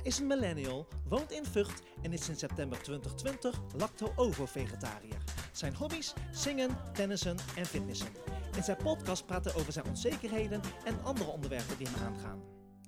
is een millennial, woont in Vught en is sinds september 2020 lacto-ovo-vegetariër. Zijn hobby's? Zingen, tennissen en fitnessen. In zijn podcast praat hij over zijn onzekerheden en andere onderwerpen die hem aangaan.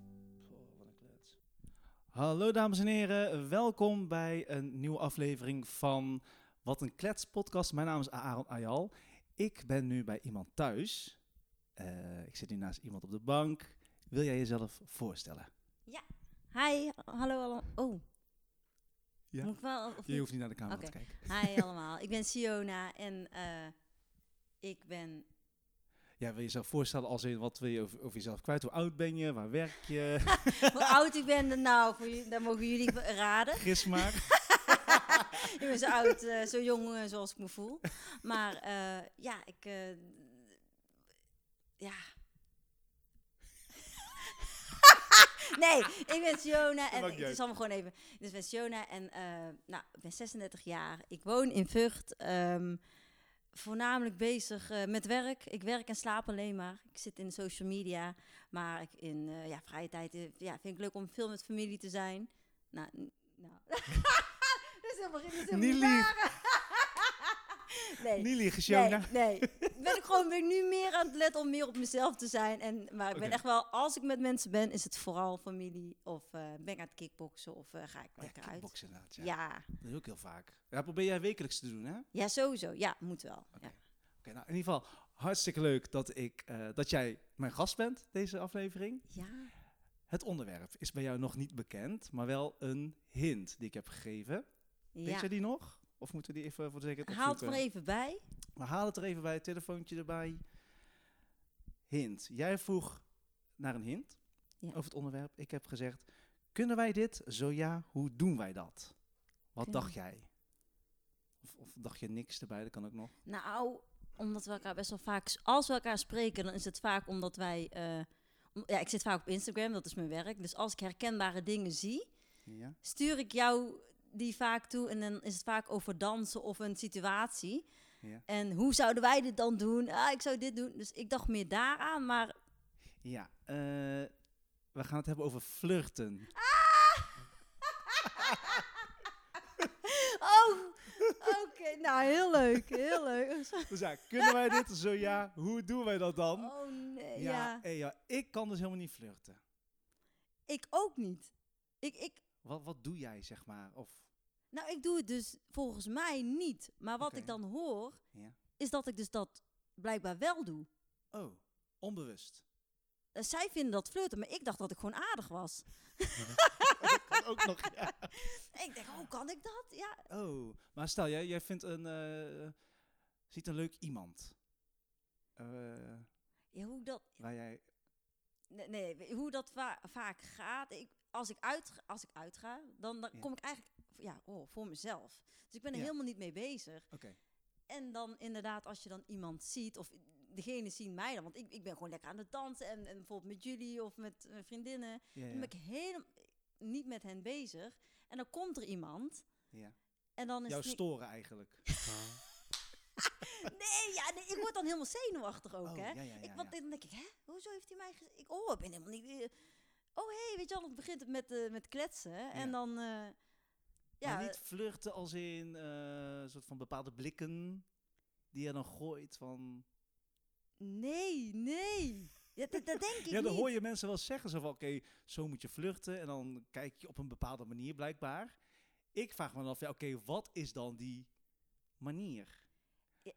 Hallo dames en heren, welkom bij een nieuwe aflevering van Wat een Klets podcast. Mijn naam is Aaron Ayal. Ik ben nu bij iemand thuis. Ik zit nu naast iemand op de bank. Wil jij jezelf voorstellen? Ja. Hi, hallo allemaal. Oh. Ja? Moet ik wel, Je hoeft niet naar de camera te kijken. Hi allemaal, ik ben Siona en ik ben... Ja, wil je jezelf voorstellen als in, wat wil je over jezelf kwijt? Hoe oud ben je? Waar werk je? Hoe oud ik ben, nou, dat mogen jullie raden. Gis maar. Ik ben zo oud, zo jong zoals ik me voel. Maar ja, ja... Nee, ik ben Siona en het is allemaal gewoon even. Dus ik ben Siona en ik ben 36 jaar. Ik woon in Vught. Voornamelijk bezig met werk. Ik werk en slaap alleen maar. Ik zit in de social media. Maar in vrije tijd vind ik leuk om veel met familie te zijn. Nou. Dat is helemaal niet waar. Nee. Niet liegen, Siona. Nee. Ben ik nu meer aan het letten om meer op mezelf te zijn. Maar ik ben echt wel, als ik met mensen ben, is het vooral familie. Of ben ik aan het kickboksen of ga ik lekker uit. Kickboksen inderdaad, Ja. Dat doe ik heel vaak. Ja, probeer jij wekelijks te doen, hè? Ja, sowieso. Ja, moet wel. Oké, Ja. Nou in ieder geval hartstikke leuk dat jij mijn gast bent, deze aflevering. Ja. Het onderwerp is bij jou nog niet bekend, maar wel een hint die ik heb gegeven. Weet jij die nog? Of moeten we die even voor de zekerheid Haal opzoeken? het maar even bij. We halen het er even bij, telefoontje erbij. Hint. Jij vroeg naar een hint over het onderwerp. Ik heb gezegd, kunnen wij dit? Zo ja, hoe doen wij dat? Wat dacht jij? Of dacht je niks erbij? Dat kan ook nog. Nou, omdat we elkaar best wel vaak... Als we elkaar spreken, dan is het vaak omdat wij... ik zit vaak op Instagram, dat is mijn werk. Dus als ik herkenbare dingen zie, stuur ik jou die vaak toe. En dan is het vaak over dansen of een situatie. Ja. En hoe zouden wij dit dan doen? Ik zou dit doen. Dus ik dacht meer daaraan, maar... Ja, we gaan het hebben over flirten. Oh, oké. Nou, heel leuk. Heel leuk. Dus ja, kunnen wij dit? Zo ja, hoe doen wij dat dan? Oh, nee, Ja, ik kan dus helemaal niet flirten. Ik ook niet. Wat doe jij, zeg maar? Of... Nou, ik doe het dus volgens mij niet. Maar wat ik dan hoor, is dat ik dus dat blijkbaar wel doe. Oh, onbewust. Zij vinden dat flirten, maar ik dacht dat ik gewoon aardig was. Dat kan ook nog, ja. Ik denk, hoe kan ik dat? Ja. Oh, maar stel, jij vindt ziet een leuk iemand. Ja, hoe dat... Waar jij... Nee, hoe dat vaak gaat. Als ik uitga, dan kom ik eigenlijk voor mezelf. Dus ik ben er helemaal niet mee bezig. Okay. En dan inderdaad, als je dan iemand ziet, of degene zien mij dan, want ik ben gewoon lekker aan het dansen en bijvoorbeeld met jullie of met vriendinnen, dan ben ik helemaal niet met hen bezig. En dan komt er iemand. Ja. En dan is jou storen eigenlijk. Nee, ik word dan helemaal zenuwachtig ook, hè. Want dan denk ik, hoezo heeft hij mij gezegd? Ik ben helemaal niet... weet je wel, dan begint het met kletsen. Ja. En dan... Maar niet flirten als in een soort van bepaalde blikken die je dan gooit van... Nee. Ja, dat denk ik niet. Ja, dan hoor je mensen wel zeggen zo van, oké, zo moet je flirten. En dan kijk je op een bepaalde manier blijkbaar. Ik vraag me dan af, wat is dan die manier? Ja,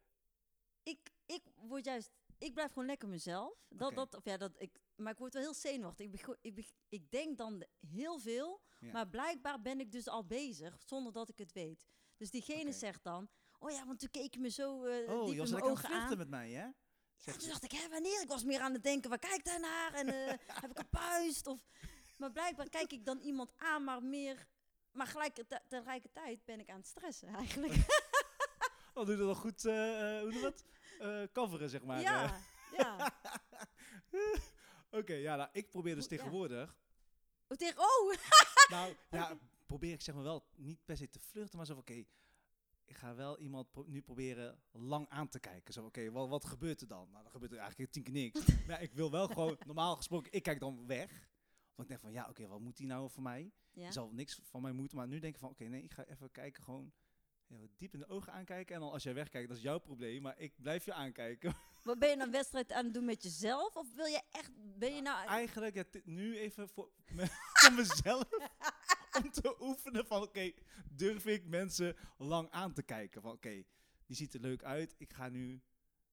ik blijf gewoon lekker mezelf. Maar ik word wel heel zenuwachtig. Ik denk dan heel veel, maar blijkbaar ben ik dus al bezig, zonder dat ik het weet. Dus diegene zegt dan, want toen keek je me zo diep in mijn ogen aan. Met mij, hè? Ja, toen dacht ik, wanneer? Ik was meer aan het denken, waar kijk daar naar? En heb ik een puist? Maar blijkbaar kijk ik dan iemand aan, maar tegelijkertijd ben ik aan het stressen eigenlijk. Oh, doe je dat wel goed, hoe noem je dat? Coveren, zeg maar. Ja. Oké, ik probeer dus tegenwoordig... probeer ik zeg maar wel niet per se te flirten, maar zo van, ik ga wel iemand nu proberen lang aan te kijken. Zo, wat gebeurt er dan? Nou, dan gebeurt er eigenlijk 10 keer niks. Maar ik wil wel gewoon, normaal gesproken, ik kijk dan weg. ik denk van, ja, oké, wat moet die nou voor mij? Ja? Je zal niks van mij moeten, maar nu denk ik van, oké, nee, ik ga even kijken, gewoon diep in de ogen aankijken. En dan als jij wegkijkt, dat is jouw probleem, maar ik blijf je aankijken. Wat ben je dan wedstrijd aan het doen met jezelf? Of wil je echt, ben je nou... Eigenlijk, nu even voor mezelf, om te oefenen van, oké, durf ik mensen lang aan te kijken? Van, oké, die ziet er leuk uit, ik ga nu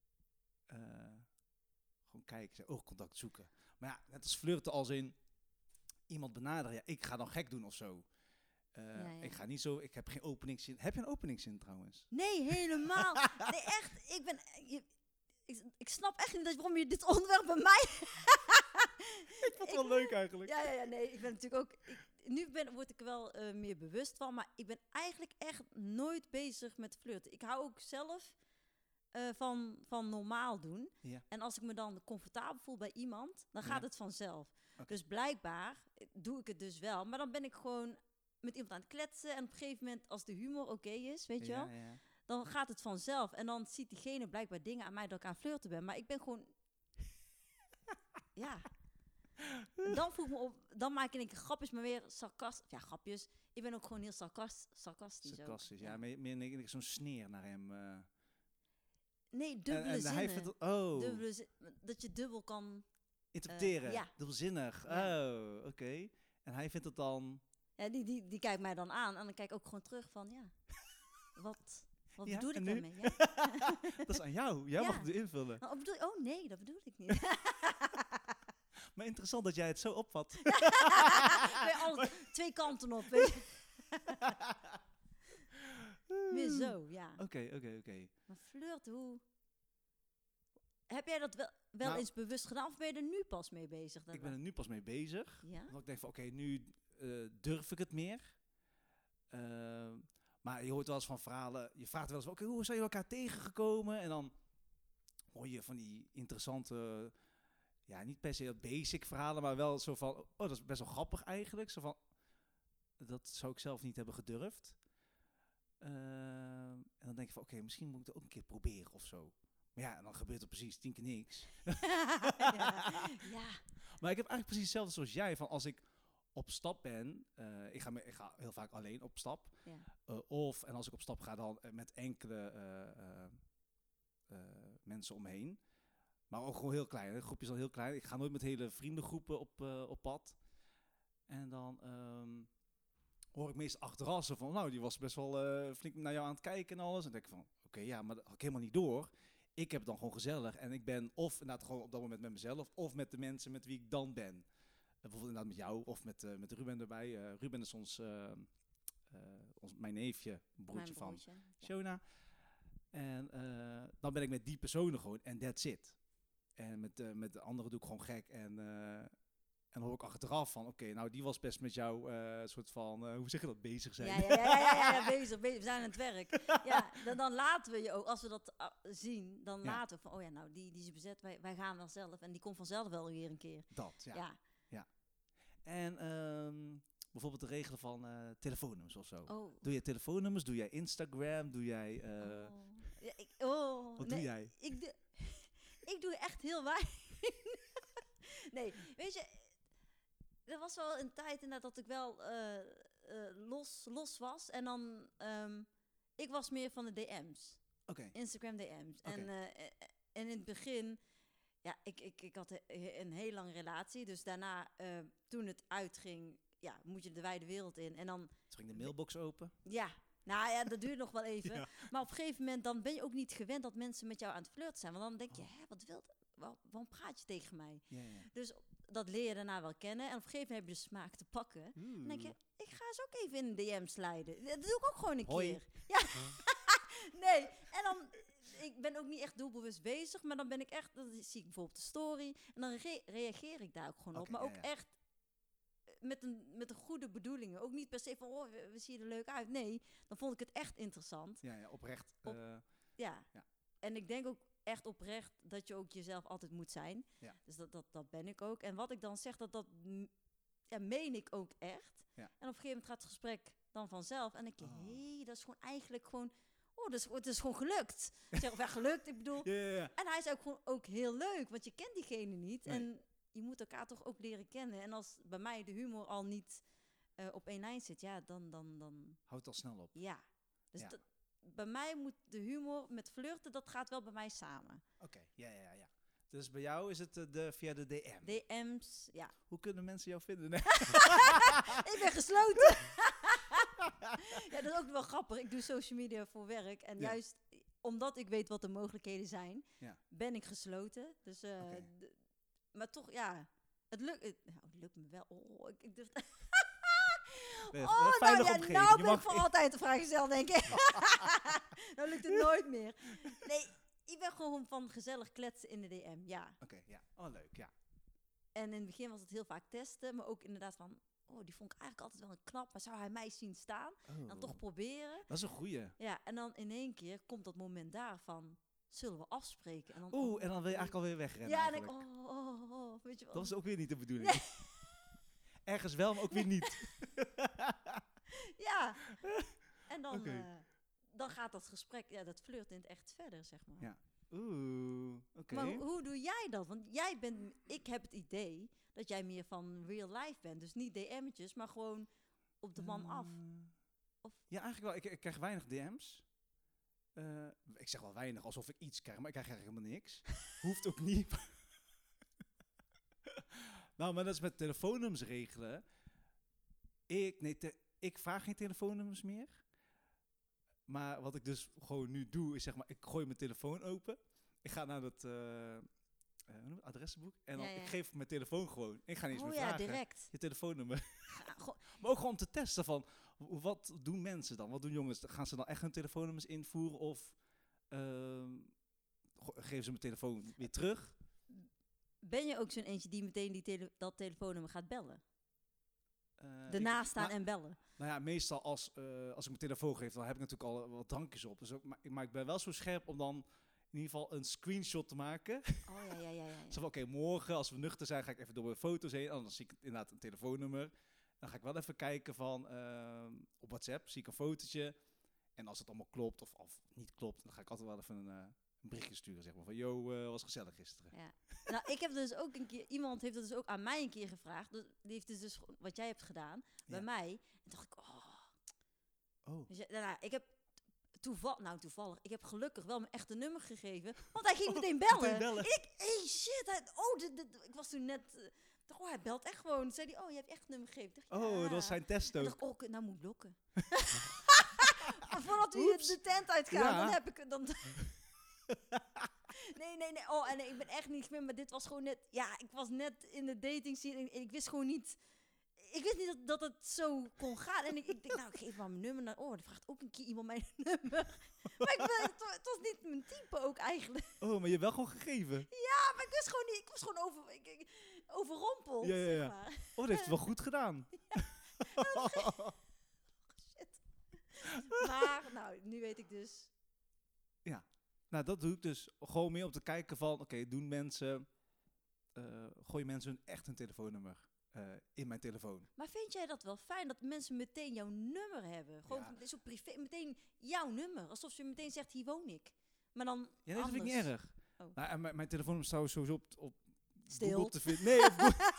gewoon kijken, oogcontact zoeken. Maar ja, net als flirten als in iemand benaderen, ja, ik ga dan gek doen of zo. Ik ga niet zo, ik heb geen openingszin. Heb je een openingszin trouwens? Nee, helemaal. Nee, echt. Ik snap echt niet waarom je dit onderwerp bij mij... Ik vond het wel leuk eigenlijk. Ja, nee, ik ben natuurlijk ook... word ik er wel meer bewust van, maar ik ben eigenlijk echt nooit bezig met flirten. Ik hou ook zelf van normaal doen. Ja. En als ik me dan comfortabel voel bij iemand, dan gaat het vanzelf. Okay. Dus blijkbaar doe ik het dus wel, maar dan ben ik gewoon met iemand aan het kletsen en op een gegeven moment, als de humor oké is, weet je wel, dan gaat het vanzelf. En dan ziet diegene blijkbaar dingen aan mij dat ik aan het flirten ben. Maar ik ben gewoon... ja. En dan voel ik me op... Dan maak ik grapjes, maar weer sarcastisch. Ja, grapjes. Ik ben ook gewoon heel sarcastisch. Sarcastisch, ja. Meer zo'n sneer naar hem. Nee, dubbele zinnen. Hij vindt het, dat je dubbel kan... interpreteren. Ja. Dubbelzinnig. Ja. Oh, oké. En hij vindt het dan... Ja, die kijkt mij dan aan. En dan kijk ik ook gewoon terug van, ja... Wat bedoel ik daarmee? Ja? Dat is aan jou. Jij mag het invullen. Oh nee, dat bedoel ik niet. Maar interessant dat jij het zo opvat. Twee kanten op, weet je. Weer zo, ja. Oké. Maar flirten, hoe... Heb jij dat wel eens bewust gedaan? Of ben je er nu pas mee bezig? Ik ben er nu pas mee bezig. Ja? Want ik denk van, oké, nu durf ik het meer. Maar je hoort wel eens van verhalen. Je vraagt wel eens van, oké, hoe zijn je elkaar tegengekomen? En dan hoor je van die interessante... Ja, niet per se basic verhalen, maar wel zo van... Oh, dat is best wel grappig eigenlijk. Zo van, dat zou ik zelf niet hebben gedurfd. En dan denk je van, oké, misschien moet ik het ook een keer proberen of zo. Maar ja, dan gebeurt er precies 10 keer niks. Ja. Maar ik heb eigenlijk precies hetzelfde zoals jij. Van als ik op stap ben... Ik ga heel vaak alleen op stap. Ja. En als ik op stap ga, dan met enkele mensen omheen. Maar ook gewoon heel klein. Het groepje is al heel klein. Ik ga nooit met hele vriendengroepen op pad. En dan hoor ik meestal achteraf zo van... Nou, die was best wel flink naar jou aan het kijken en alles. En dan denk ik van... Oké, ja, maar dat had ik helemaal niet door. Ik heb het dan gewoon gezellig. En ik ben of inderdaad gewoon op dat moment met mezelf... of met de mensen met wie ik dan ben. Bijvoorbeeld inderdaad met jou of met Ruben erbij. Ruben is mijn neefje, broertje van Shona. En dan ben ik met die personen gewoon en that's it. En met de anderen doe ik gewoon gek. En dan hoor ik achteraf van, oké, nou die was best met jou soort van, hoe zeg je dat, bezig zijn. Ja, bezig. We zijn aan het werk. Ja, dan laten we je ook, als we dat zien, dan laten we van, oh ja, nou die is bezet, wij gaan wel zelf. En die komt vanzelf wel weer een keer. Dat, ja. En bijvoorbeeld de regelen van telefoonnummers of zo. Oh. Doe jij telefoonnummers? Doe jij Instagram? Doe jij... Wat doe jij? Ik doe echt heel weinig. Nee, weet je, er was wel een tijd inderdaad dat ik wel los was. En dan, ik was meer van de DM's. Okay. Instagram DM's. Okay. En in het begin, ja, ik had een heel lange relatie. Dus daarna, toen het uitging, ja, moet je de wijde wereld in. En dan... Dus ging de mailbox open? Ja. Nou ja, dat duurt nog wel even. Ja. Maar op een gegeven moment, dan ben je ook niet gewend dat mensen met jou aan het flirten zijn. Want dan denk je, waarom praat je tegen mij? Ja. Dus dat leer je daarna wel kennen. En op een gegeven moment heb je de smaak te pakken. Dan denk je, ik ga eens ook even in een DM sliden. Dat doe ik ook gewoon een keer. Ja. Nee, en dan... Ik ben ook niet echt doelbewust bezig, maar dan ben ik echt... Dan zie ik bijvoorbeeld de story en dan reageer ik daar ook gewoon op. Maar ook echt met een goede bedoelingen. Ook niet per se van, we zien er leuk uit. Nee, dan vond ik het echt interessant. Ja, oprecht. Ja, en ik denk ook echt oprecht dat je ook jezelf altijd moet zijn. Ja. Dus dat ben ik ook. En wat ik dan zeg, dat meen ik ook echt. Ja. En op een gegeven moment gaat het gesprek dan vanzelf. En dan denk je, dat is gewoon eigenlijk gewoon... het is gewoon gelukt. Ik zeg, gelukt, ik bedoel... Ja. En hij is ook gewoon ook heel leuk, want je kent diegene niet. Nee. En je moet elkaar toch ook leren kennen. En als bij mij de humor al niet op één lijn zit, ja, dan... Houdt al snel op. Ja. Dus bij mij moet de humor met flirten, dat gaat wel bij mij samen. Oké, ja. Dus bij jou is het via de DM? DM's, ja. Hoe kunnen mensen jou vinden? Nee. Ik ben gesloten. Ja, dat is ook wel grappig. Ik doe social media voor werk. En juist omdat ik weet wat de mogelijkheden zijn, ben ik gesloten. Dus, maar toch, ja, het lukt me wel. Ik durf... Nou ben ik voor altijd de vraag gesteld, denk ik. Dan lukt het nooit meer. Nee, ik ben gewoon van gezellig kletsen in de DM, ja. Oké, ja. Oh, leuk, ja. En in het begin was het heel vaak testen, maar ook inderdaad van... die vond ik eigenlijk altijd wel een knap, maar zou hij mij zien staan? Dan toch proberen. Dat is een goeie. Ja, en dan in één keer komt dat moment daarvan... Zullen we afspreken? En dan, en dan wil je eigenlijk alweer wegrennen. Ja, en ik weet je wel. Dat was ook weer niet de bedoeling. Nee. Ergens wel, maar ook weer niet. Ja. En dan, dan gaat dat gesprek, dat flirt in het echt verder, zeg maar. Ja. Oké. Maar hoe doe jij dat? Want ik heb het idee dat jij meer van real life bent. Dus niet DM'tjes, maar gewoon op de man af. Of? Ja, eigenlijk wel. Ik krijg weinig DM's. Ik zeg wel weinig, alsof ik iets krijg, maar ik krijg eigenlijk helemaal niks. Hoeft ook niet. Nou, maar dat is met telefoonnummers regelen. Ik vraag geen telefoonnummers meer. Maar wat ik dus gewoon nu doe, is zeg maar, ik gooi mijn telefoon open. Ik ga naar dat adressenboek. En dan ik geef mijn telefoon gewoon. Ik ga niet eens meer vragen. Direct. Je telefoonummer. Maar ook gewoon om te testen van, wat doen mensen dan? Wat doen jongens? Gaan ze dan echt hun telefoonnummers invoeren? Of geven ze mijn telefoon weer terug? Ben je ook zo'n eentje die meteen dat telefoonnummer gaat bellen? Ernaast staan en bellen? Nou ja, meestal als ik mijn telefoon geef, dan heb ik natuurlijk al wat drankjes op. Dus maar ik ben wel zo scherp om dan in ieder geval een screenshot te maken. Oh ja. Zo van, oké, morgen als we nuchter zijn, ga ik even door mijn foto's heen. Dan zie ik inderdaad een telefoonnummer. Dan ga ik wel even kijken van, op WhatsApp zie ik een fotootje. En als het allemaal klopt of niet klopt, dan ga ik altijd wel even een berichtje sturen. Zeg maar van, was gezellig gisteren. Ja. Nou, ik heb dus ook een keer, iemand heeft het dus ook aan mij een keer gevraagd. Die heeft dus wat jij hebt gedaan bij mij. En dacht ik, Dus ik heb toevallig, ik heb gelukkig wel mijn echte nummer gegeven. Want hij ging meteen bellen. Ik was toen net... hij belt echt gewoon. Toen zei hij, je hebt echt een nummer gegeven. Dacht, dat was zijn test ook. Ik dacht, nou moet ik blokken. Maar voordat u de tent uitgaat, dan heb ik... Nee. En ik ben echt niet meer, maar dit was gewoon net... Ja, ik was net in de dating scene en ik wist gewoon niet... Ik wist niet dat het zo kon gaan. En ik denk, ik geef maar mijn nummer. Dan vraagt ook een keer iemand mijn nummer. Maar het was niet mijn type ook eigenlijk. Maar je hebt wel gewoon gegeven. Ja, maar ik wist gewoon niet. Ik was gewoon overrompeld. Ja. Zeg maar. Dat heeft het wel goed gedaan. Shit. Maar, nu weet ik dus... Ja. Nou, dat doe ik dus gewoon meer om te kijken van... Oké, gooien mensen echt een telefoonnummer in mijn telefoon. Maar vind jij dat wel fijn dat mensen meteen jouw nummer hebben? Gewoon zo privé, meteen jouw nummer. Alsof je meteen zegt, hier woon ik. Maar dan ja, dat vind ik niet erg. Nou, en mijn telefoonnummer is trouwens sowieso op stil Google te vinden. Nee,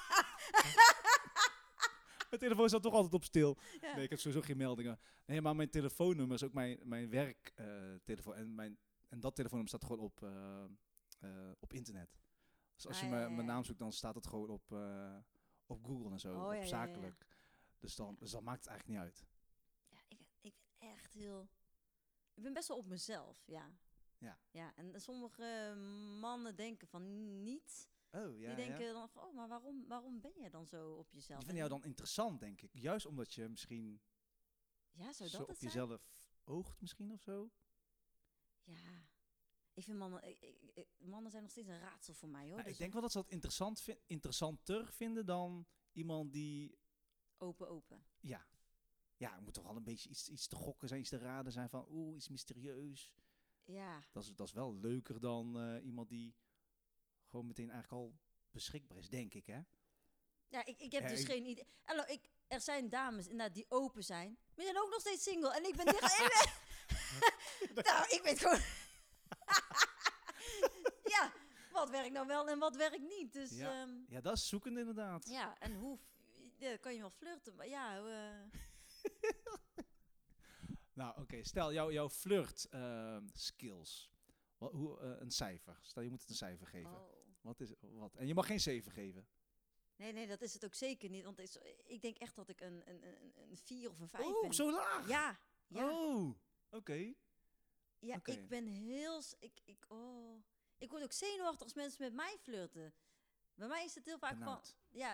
mijn telefoon staat toch altijd op stil. Ja. Nee, ik heb sowieso geen meldingen. Nee, maar mijn telefoonnummer is ook mijn werktelefoon. En dat telefoonnummer staat gewoon op internet. Dus als je mijn naam zoekt, dan staat het gewoon op Google en zo, op zakelijk. Ja. Dus dan maakt het eigenlijk niet uit. Ja, ik ben echt heel... Ik ben best wel op mezelf, ja. Ja, en sommige mannen denken van niet... Die denken dan van, maar waarom ben je dan zo op jezelf? Die vinden jou dan interessant, denk ik. Juist omdat je misschien zou zo dat op jezelf zijn? oogt misschien of zo. Ja, ik vind mannen zijn nog steeds een raadsel voor mij, hoor. Nou, dus ik denk wel dat ze dat interessanter vinden dan iemand die... Open. Ja, er moet toch wel een beetje iets te gokken zijn, iets te raden zijn van, iets mysterieus. Ja. Dat is wel leuker dan iemand die gewoon meteen eigenlijk al beschikbaar is, denk ik, hè? Ja, ik heb dus geen idee. Hallo, er zijn dames inderdaad die open zijn, maar die zijn ook nog steeds single. En ik ben ik weet gewoon... Ja, wat werkt nou wel en wat werkt niet. Dus, ja, dat is zoekend inderdaad. Ja, en hoe kan je wel flirten, maar ja... Nou, oké, stel jouw flirt skills. Een cijfer. Stel, je moet het een cijfer geven. Wat? En je mag geen 7 geven. Nee, dat is het ook zeker niet. Want ik denk echt dat ik een 4 of een 5 ben. Oh, zo laag? Ja. Oh, oké. Ja, ik ben heel... Ik word ook zenuwachtig als mensen met mij flirten. Bij mij is het heel vaak van... Ja,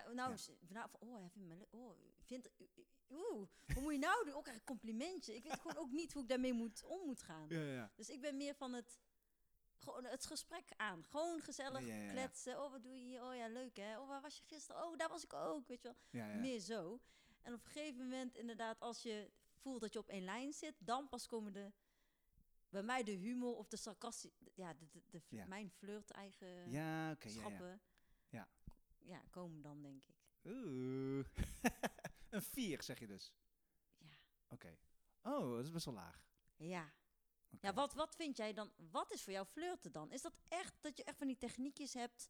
wat moet je nou doen? Ook een complimentje. Ik weet gewoon ook niet hoe ik daarmee moet gaan. Ja. Dus ik ben meer van gewoon het gesprek aan. Gewoon gezellig kletsen. Oh, wat doe je hier? Oh ja, leuk hè? Oh, waar was je gisteren? Oh, daar was ik ook. Weet je wel? Ja. Meer zo. En op een gegeven moment inderdaad, als je voelt dat je op één lijn zit, dan pas komen bij mij de humor of de sarcastie, mijn flirt-eigenschappen, komen dan, denk ik. Oeh. Een 4, zeg je dus? Ja. Oké. Oh, dat is best wel laag. Ja. Okay. Ja, wat vind jij dan, wat is voor jou flirten dan? Is dat echt, dat je echt van die techniekjes hebt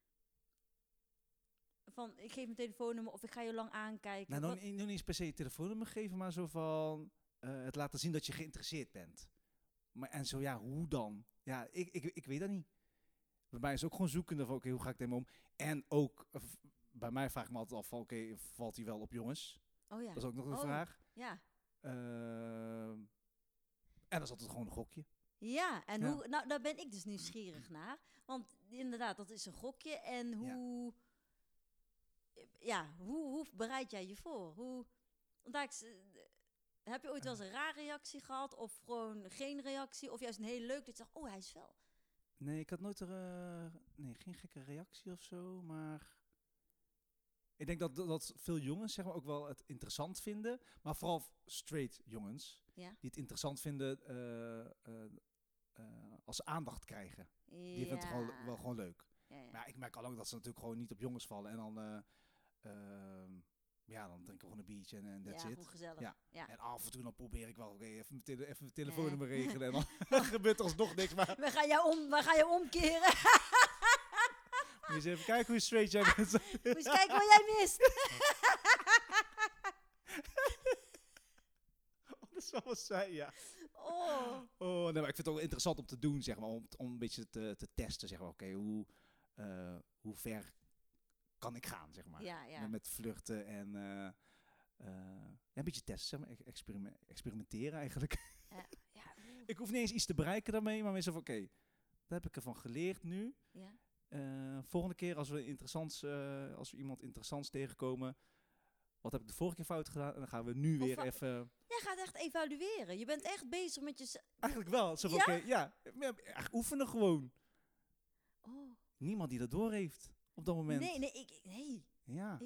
van, ik geef mijn telefoonnummer of ik ga je lang aankijken? Nou, nog niet eens per se je telefoonnummer geven, maar zo van het laten zien dat je geïnteresseerd bent. Maar, en zo, ja, hoe dan? Ja, ik weet dat niet. Bij mij is het ook gewoon zoekende van, oké, hoe ga ik daarmee om? En ook, bij mij vraag ik me altijd af van, oké, valt hij wel op jongens? Oh ja. Dat is ook nog een vraag. Ja. En dat is altijd gewoon een gokje. Ja, en hoe, nou, daar ben ik dus nieuwsgierig naar. Want inderdaad, dat is een gokje. En hoe bereid jij je voor? Heb je ooit wel eens een raar reactie gehad? Of gewoon geen reactie? Of juist een hele leuk dat je zegt, oh, hij is wel. Nee, ik had nooit geen gekke reactie of zo, maar ik denk dat veel jongens zeg maar ook wel het interessant vinden, maar vooral straight jongens die het interessant vinden als ze aandacht krijgen. Die vinden het wel gewoon leuk. Ja. Maar ik merk al lang dat ze natuurlijk gewoon niet op jongens vallen en dan dan drinken we gewoon een biertje en that's it. Hoe gezellig. Ja. En af en toe dan probeer ik wel even mijn telefoonnummer regelen en dan gebeurt er alsnog niks. Maar we gaan jou omkeren. Moet je eens even kijken hoe straight jij bent. Moet je eens kijken wat jij mist. Dat is wel zijn, ja. Oh, nee, maar ik vind het ook interessant om te doen, zeg maar, om een beetje te testen, zeg maar. Oké, hoe ver kan ik gaan, zeg maar. Ja. Met flirten en een beetje testen, zeg maar. Experimenteren eigenlijk. Ik hoef niet eens iets te bereiken daarmee, maar mensen van, oké, dat heb ik ervan geleerd nu. Ja. Volgende keer als we iemand interessants tegenkomen, wat heb ik de vorige keer fout gedaan? En dan gaan we nu weer even... Jij gaat echt evalueren. Je bent echt bezig met je... Eigenlijk wel. Zo van, echt oefenen gewoon. Oh. Niemand die dat door heeft op dat moment. Nee. Ja.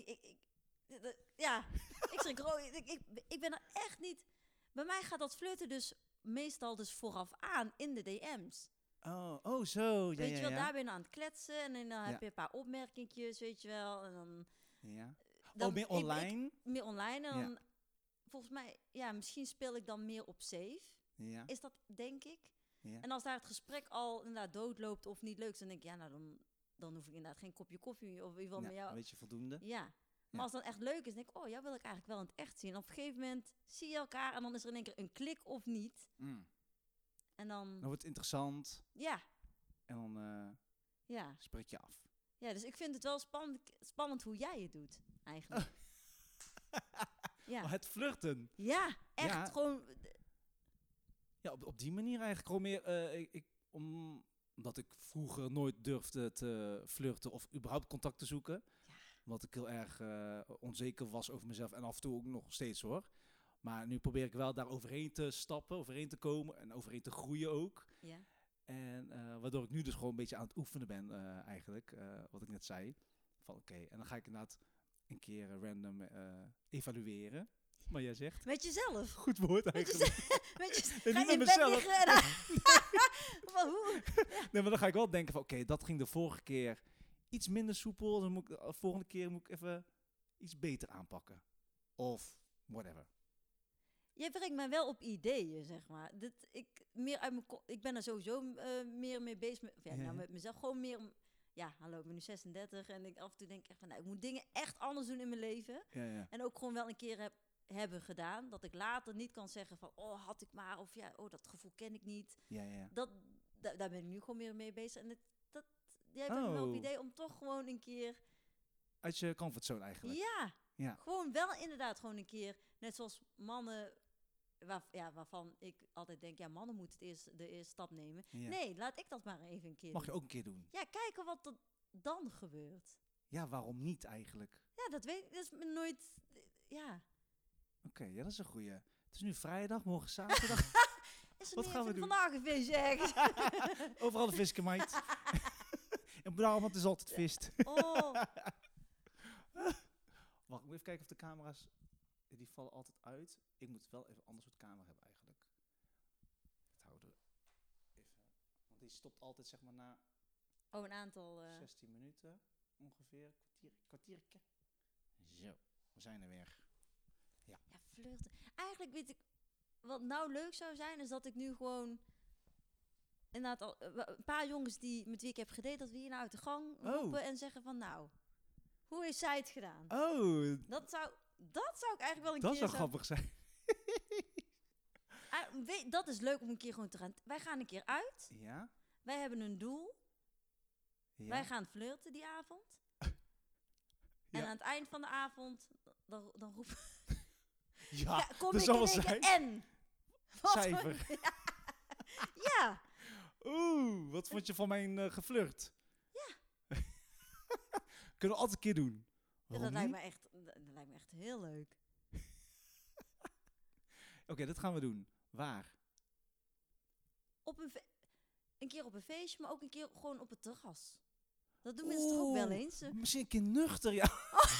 Ik schrik rood. Ik ben er echt niet... Bij mij gaat dat flirten dus meestal dus vooraf aan in de DM's. Oh, zo. Weet je wel, daar ben je aan het kletsen en dan heb je een paar opmerkingjes, weet je wel. En dan... Ja. Meer online? Meer online en dan... Volgens mij, misschien speel ik dan meer op safe. Ja. Is dat, denk ik. Ja. En als daar het gesprek al inderdaad doodloopt of niet leuk is, dan denk ik, dan hoef ik inderdaad geen kopje koffie of in ieder geval met jou. Een beetje voldoende. Ja. Maar als dat echt leuk is, denk ik, jou wil ik eigenlijk wel in het echt zien. En op een gegeven moment zie je elkaar en dan is er in één keer een klik of niet. En dan wordt het interessant. Ja. En dan spreek je af. Ja, dus ik vind het wel spannend hoe jij het doet, eigenlijk. Ja. Maar het flirten. Ja, echt gewoon... Ja, op die manier eigenlijk gewoon meer... omdat ik vroeger nooit durfde te flirten of überhaupt contact te zoeken. Ja. Omdat ik heel erg onzeker was over mezelf en af en toe ook nog steeds hoor. Maar nu probeer ik wel daar overheen te stappen, overheen te komen en overheen te groeien ook. Ja. En waardoor ik nu dus gewoon een beetje aan het oefenen ben eigenlijk, wat ik net zei. Van oké, en dan ga ik inderdaad een keer random evalueren. Maar jij zegt... Met jezelf? Goed woord eigenlijk. Ga je in bed liggen en Nee, maar dan ga ik wel denken van oké, dat ging de vorige keer iets minder soepel. Dan moet ik de volgende keer even iets beter aanpakken. Of whatever. Jij brengt mij wel op ideeën, zeg maar. Ik ben er sowieso meer mee bezig met mezelf. Gewoon meer ja, hallo, ik ben nu 36 en ik af en toe denk echt van, nou, ik moet dingen echt anders doen in mijn leven. Ja. En ook gewoon wel een keer hebben gedaan, dat ik later niet kan zeggen van, oh, had ik maar, of ja, oh, dat gevoel ken ik niet. Ja. Daar ben ik nu gewoon meer mee bezig. En jij hebt ook wel het idee om toch gewoon een keer... Uit je comfortzone eigenlijk. Ja, gewoon wel inderdaad gewoon een keer, net zoals mannen... waarvan ik altijd denk, ja, mannen moeten de eerste stap nemen. Ja. Nee, laat ik dat maar even een keer Mag je doen. ook een keer doen. Ja, kijken wat er dan gebeurt. Ja, waarom niet eigenlijk? Ja, dat weet ik. Dat is me nooit... Ja. Oké, ja, dat is een goeie. Het is nu vrijdag, morgen zaterdag. Is er Wat nu gaan we even doen? vandaag een vis ergens? Overal de visken, meid. En daarom, want het is altijd vist. Oh. Wacht, ik moet even kijken of de camera's... Die vallen altijd uit. Ik moet wel even anders soort camera hebben eigenlijk. Het houden even... Want die stopt altijd zeg maar na Oh, een aantal... 16 minuten ongeveer. Kwartiertje. Zo, we zijn er weer. Ja, flirten. Eigenlijk weet ik... Wat nou leuk zou zijn, is dat ik nu gewoon... Inderdaad, al, een paar jongens met wie ik heb gedate, dat we hier nou uit de gang roepen en zeggen van, nou, hoe heeft zij het gedaan? Oh, Dat zou ik eigenlijk wel een dat keer... zou grappig zijn. Dat is leuk om een keer gewoon te gaan... Wij gaan een keer uit. Ja? Wij hebben een doel. Ja? Wij gaan flirten die avond. En aan het eind van de avond, dan roepen... Ja, kom dat ik zal in wel één keer zijn. en... Wat Cijfer. Ja. Oeh, wat vond je van mijn geflirt? Ja. Kunnen we altijd een keer doen. Dat lijkt me echt heel leuk. Oké, dat gaan we doen. Waar? Een keer op een feestje, maar ook een keer gewoon op het terras. Dat doen mensen toch ook wel eens? Misschien een keer nuchter, ja.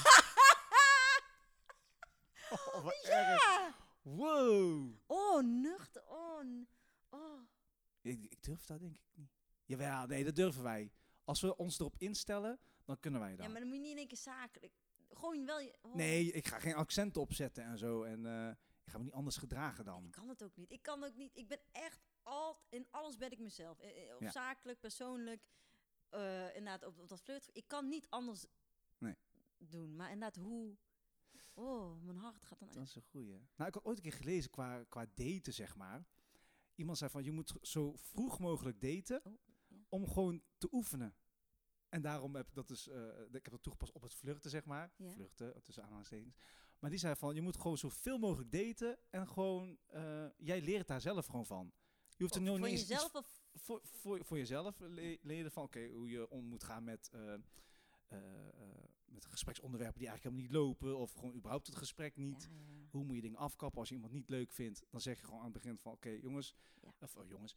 Oh, wat erg. Wow. Oh, nuchter. Oh. Ik durf dat denk ik niet. Jawel, nee, dat durven wij. Als we ons erop instellen, dan kunnen wij dat. Ja, maar dan moet je niet in één keer zakelijk. Gewoon wel je... Oh. Nee, ik ga geen accenten opzetten en zo. En ik ga me niet anders gedragen dan. Ik kan het ook niet. Ik ben echt in alles ben ik mezelf. Of zakelijk, persoonlijk. Inderdaad, op dat flirt. Ik kan niet anders doen. Maar inderdaad, hoe... Oh, mijn hart gaat dan echt... Dat is een goeie. Nou, ik had ooit een keer gelezen qua daten, zeg maar. Iemand zei van, je moet zo vroeg mogelijk daten om gewoon te oefenen. En daarom heb ik dat dus, ik heb dat toegepast op het flirten, zeg maar. Ja. Flirten, tussen aanhalingstekens. Maar die zei van, je moet gewoon zoveel mogelijk daten en gewoon, jij leert daar zelf gewoon van. Je hoeft er nog niet eens jezelf of... Voor jezelf leren van, oké, hoe je om moet gaan met gespreksonderwerpen die eigenlijk helemaal niet lopen. Of gewoon überhaupt het gesprek niet. Ja. Hoe moet je dingen afkappen als je iemand niet leuk vindt? Dan zeg je gewoon aan het begin van, oké, jongens. Ja. Jongens.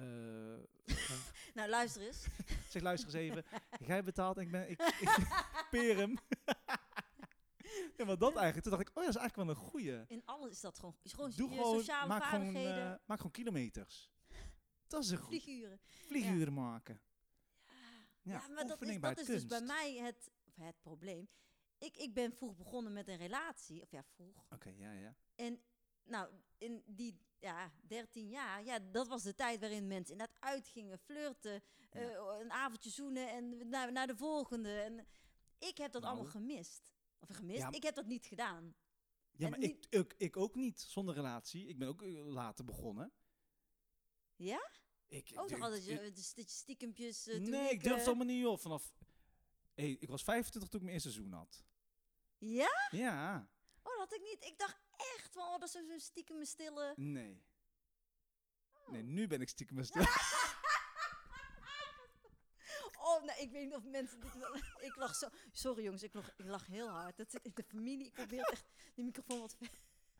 Nou, luister eens. Zeg, luister eens even. Jij betaalt en ik peer hem. Ja, maar dat eigenlijk. Toen dacht ik, oh ja, dat is eigenlijk wel een goeie. In alles is dat gewoon. Is gewoon Doe je gewoon, sociale vaardigheden. Maak gewoon kilometers. Dat is een goed. Vlieguren maken. Ja, maar dat is dus bij mij het probleem. Ik ben vroeg begonnen met een relatie. Of ja, vroeg. Oké, ja. En nou, in die 13 jaar, dat was de tijd waarin mensen inderdaad uitgingen, flirten, een avondje zoenen en naar de volgende. En ik heb dat allemaal gemist. Ja, ik heb dat niet gedaan. Ja, maar ik ook niet, zonder relatie. Ik ben ook later begonnen. Ja? Toch altijd dat je stiekempjes... nee, ik durf het allemaal niet op. Ik was 25 toen ik mijn eerste seizoen had. Ja? Ja. Oh, dat had ik niet. Ik dacht echt van, dat is zo'n stiekem stille... Nee. Oh. Nee, nu ben ik stiekem stille. Oh, nee, ik weet niet of mensen dit wel... Ik lach zo... Sorry jongens, ik lach heel hard. Dat zit in de familie. Ik probeer echt die microfoon wat ver...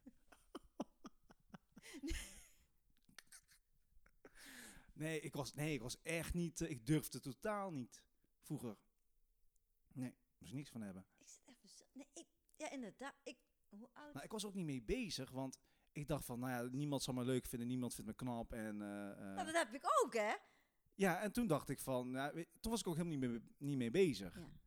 Nee, ik was echt niet... ik durfde totaal niet. Vroeger. Nee, ik moest niks van hebben. Ik zit even zo... Nee, ja, inderdaad. Hoe oud? Nou, ik was ook niet mee bezig, want ik dacht van... Nou ja, niemand zal me leuk vinden, niemand vindt me knap en... Nou, dat heb ik ook, hè? Ja, en toen dacht ik van... Nou, toen was ik ook helemaal niet mee bezig. Ja.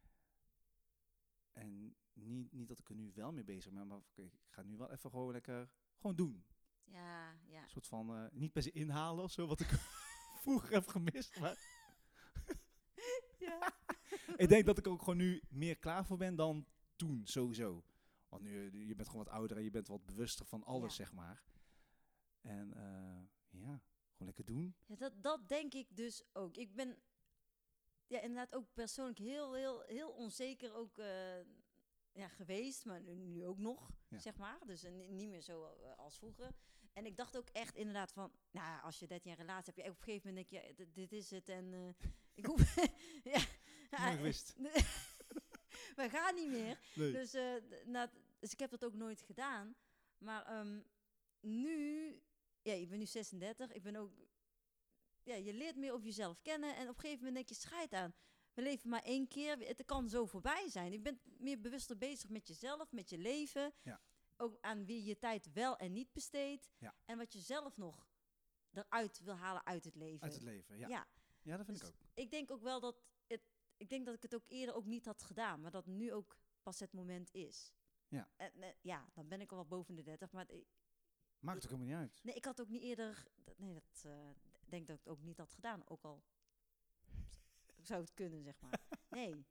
En niet dat ik er nu wel mee bezig ben, maar ik ga nu wel even gewoon lekker... Gewoon doen. Ja. Een soort van, niet per se inhalen of zo, wat ik vroeger heb gemist, maar... Ja. Ik denk dat ik ook gewoon nu meer klaar voor ben dan toen, sowieso. Want nu, je bent gewoon wat ouder en je bent wat bewuster van alles, zeg maar. En gewoon lekker doen. Ja, dat denk ik dus ook. Ik ben inderdaad ook persoonlijk heel onzeker ook geweest, maar nu ook nog, zeg maar. Dus niet meer zo als vroeger. En ik dacht ook echt inderdaad van, nou, als je 13 jaar relatie hebt, op een gegeven moment denk je, dit is het. En ik hoef... ik wist. We gaan niet meer. Nee. Dus ik heb dat ook nooit gedaan. Maar nu, ik ben nu 36, ik ben ook... Ja, je leert meer over jezelf kennen en op een gegeven moment denk je, scheid aan. We leven maar 1 keer, het kan zo voorbij zijn. Je bent meer bewuster bezig met jezelf, met je leven. Ja. Ook aan wie je tijd wel en niet besteedt. Ja. En wat je zelf nog eruit wil halen uit het leven. Uit het leven, ja. Ja, dat vind dus ik ook. Ik denk ook wel dat ik denk dat ik het ook eerder ook niet had gedaan, maar dat nu ook pas het moment is. Ja. En dan ben ik al wel boven de 30, maar maakt het ook helemaal niet uit. Nee, ik had ook niet eerder... denk dat ik het ook niet had gedaan. Ook al zou het kunnen, zeg maar. Nee.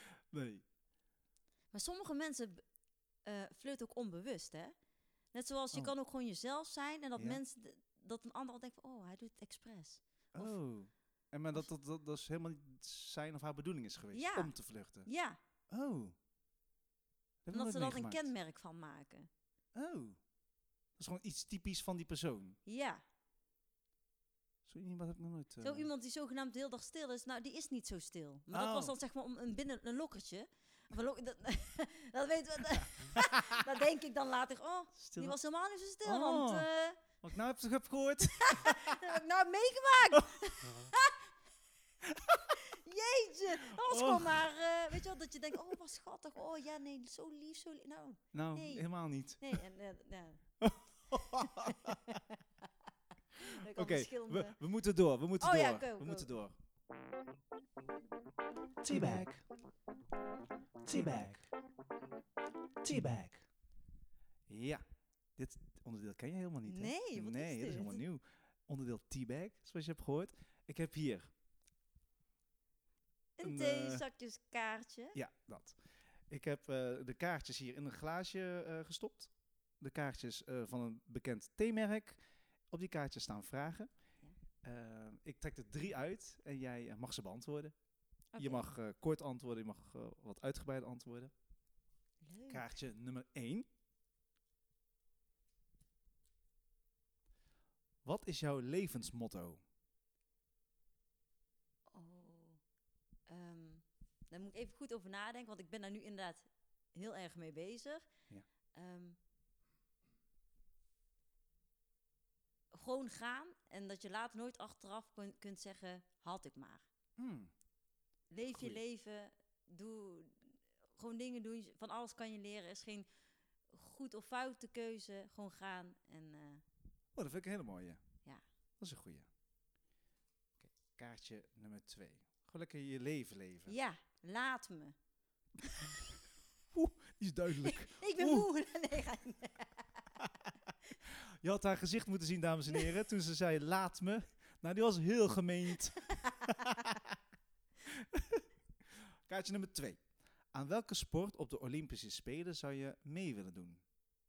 Maar sommige mensen flirten ook onbewust, hè? Net zoals je kan ook gewoon jezelf zijn. En dat mensen... Dat een ander al denkt van... Oh, hij doet het expres. Maar dat is helemaal niet zijn of haar bedoeling is geweest. Om te flirten. Ja. Omdat ze er een kenmerk van maken. Dat is gewoon iets typisch van die persoon. Ja. Zo iemand heb ik nog nooit... Zo iemand die zogenaamd de hele dag stil is, nou, die is niet zo stil. Maar dat was dan zeg maar een lokkertje. Dat weten we. Dat denk ik dan later. Die was helemaal niet zo stil. Want, wat ik nou heb gehoord. Dat heb ik nou meegemaakt. Jeetje. Dat was gewoon maar, weet je wel, dat je denkt, oh, wat schattig. Oh, ja, nee, zo lief. Nou, nee. Helemaal niet. Nee, Oké, we moeten door. We moeten door. Teabag. Ja, dit onderdeel ken je helemaal niet, hè? Nee, wat is dit? Dat is helemaal nieuw. Onderdeel Teabag, zoals je hebt gehoord. Ik heb hier... Een theezakjeskaartje. Ja, dat. Ik heb de kaartjes hier in een glaasje gestopt. De kaartjes van een bekend theemerk. Op die kaartjes staan vragen. Ja. Ik trek er 3 uit en jij mag ze beantwoorden. Okay. Je mag kort antwoorden, je mag wat uitgebreid antwoorden. Leuk. Kaartje nummer 1. Wat is jouw levensmotto? Daar moet ik even goed over nadenken, want ik ben daar nu inderdaad heel erg mee bezig. Ja. Gewoon gaan en dat je later nooit achteraf kunt zeggen, had ik maar. Leef je leven, doe gewoon dingen doen, van alles kan je leren. Er is geen goed of foute keuze, gewoon gaan. En, dat vind ik een hele mooie. Ja. Dat is een goeie. Okay, kaartje nummer 2. Gewoon lekker je leven leven. Ja, laat me. Die is duidelijk. Ik ben moe. Nee, Je had haar gezicht moeten zien, dames en heren, toen ze zei, laat me. Nou, die was heel gemeend. Kaartje nummer 2. Aan welke sport op de Olympische Spelen zou je mee willen doen?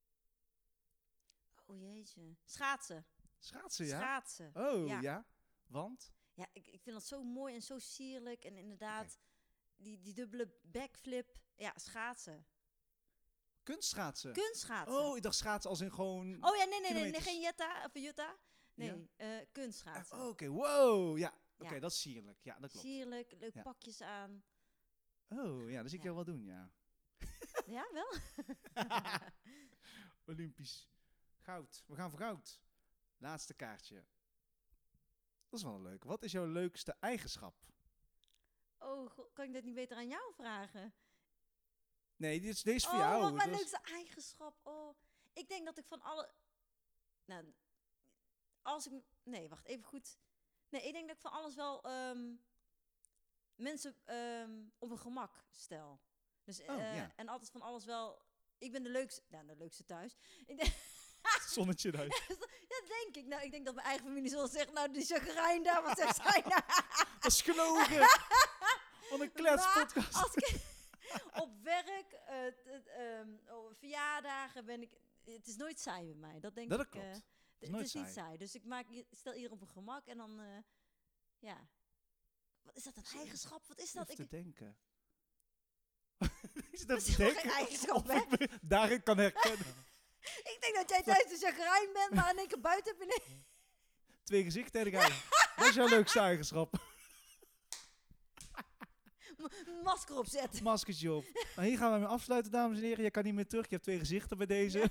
Oh jeetje. Schaatsen. Schaatsen, ja? Schaatsen. Oh, ja. Want? Ja, ik vind dat zo mooi en zo sierlijk. En inderdaad, die dubbele backflip. Ja, schaatsen. Kunstschaatsen? Kunstschaatsen. Oh, ik dacht schaatsen als in gewoon... Oh ja, nee, geen Jetta of Jutta. Nee, kunstschaatsen. Oké, wow. Ja, oké, dat is sierlijk. Ja, dat klopt. Sierlijk, leuk pakjes aan. Oh, ja, dat zie ik jou wel doen, ja. Ja, wel? Olympisch. Goud. We gaan voor goud. Laatste kaartje. Dat is wel een leuke. Wat is jouw leukste eigenschap? Oh, kan ik dat niet beter aan jou vragen? Nee, deze is voor jou. Wat mijn leukste eigenschap. Oh, ik denk dat ik van alle... Nou, als ik... Nee, wacht, even goed. Nee, ik denk dat ik van alles wel mensen op een gemak stel. Dus, en altijd van alles wel... Ik ben de leukste... Nou, de leukste thuis. Ik denk... Zonnetje thuis. Ja, denk ik. Nou, ik denk dat mijn eigen familie zal zeggen... Nou, die chagrijn daar, wat zegt zij nou? Dat is gelogen. Wat een kletspodcast. Als ik op werk, verjaardagen ben ik... Het is nooit saai bij mij. Dat denk ik. Klopt. Het is niet saai. Dus ik stel ieder op een gemak en dan... ja. Wat is dat, een eigenschap? Wat is dat? Even te denken. Is Dat dat is te toch denken? geen eigenschap, Of hè? ik me daarin kan herkennen. Ik denk dat jij thuis de chagrijn bent, maar in één keer buiten heb je... 2 gezichten tegen elkaar. Dat is jouw leukste eigenschap. Masker opzetten. Maskertje op. Nou, hier gaan we mee afsluiten, dames en heren. Je kan niet meer terug. Je hebt 2 gezichten bij deze.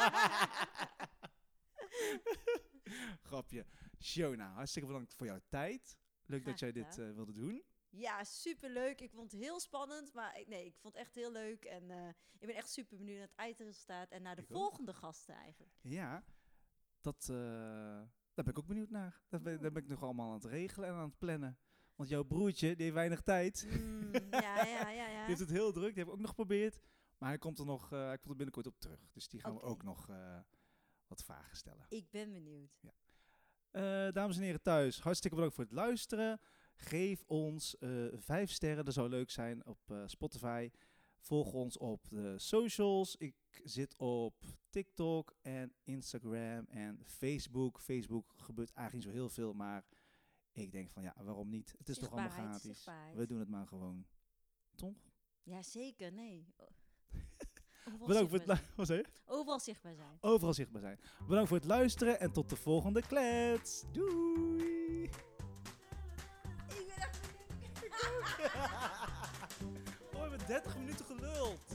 Grapje. Shona, hartstikke bedankt voor jouw tijd. Leuk dat jij dit wilde doen. Ja, superleuk. Ik vond het heel spannend, maar ik vond het echt heel leuk. En ik ben echt super benieuwd naar het eindresultaat en naar de volgende gasten eigenlijk. Ja, daar ben ik ook benieuwd naar. Daar ben ik nog allemaal aan het regelen en aan het plannen. Want jouw broertje, die heeft weinig tijd. Ja. Die heeft het heel druk, die heb ik ook nog geprobeerd. Maar hij komt er binnenkort op terug. Dus die gaan we ook nog wat vragen stellen. Ik ben benieuwd. Ja. Dames en heren thuis, hartstikke bedankt voor het luisteren. Geef ons 5 sterren, dat zou leuk zijn op Spotify. Volg ons op de socials. Ik zit op TikTok en Instagram en Facebook. Facebook gebeurt eigenlijk niet zo heel veel, maar ik denk van ja, waarom niet? Het is toch allemaal gratis. We doen het maar gewoon. Toch? Ja, zeker. Nee. Bedankt voor het Wat zei je? Overal zichtbaar zijn. Overal zichtbaar zijn. Bedankt voor het luisteren en tot de volgende klets. Doei! Ik ben echt benieuwd. We hebben 30 minuten geluld.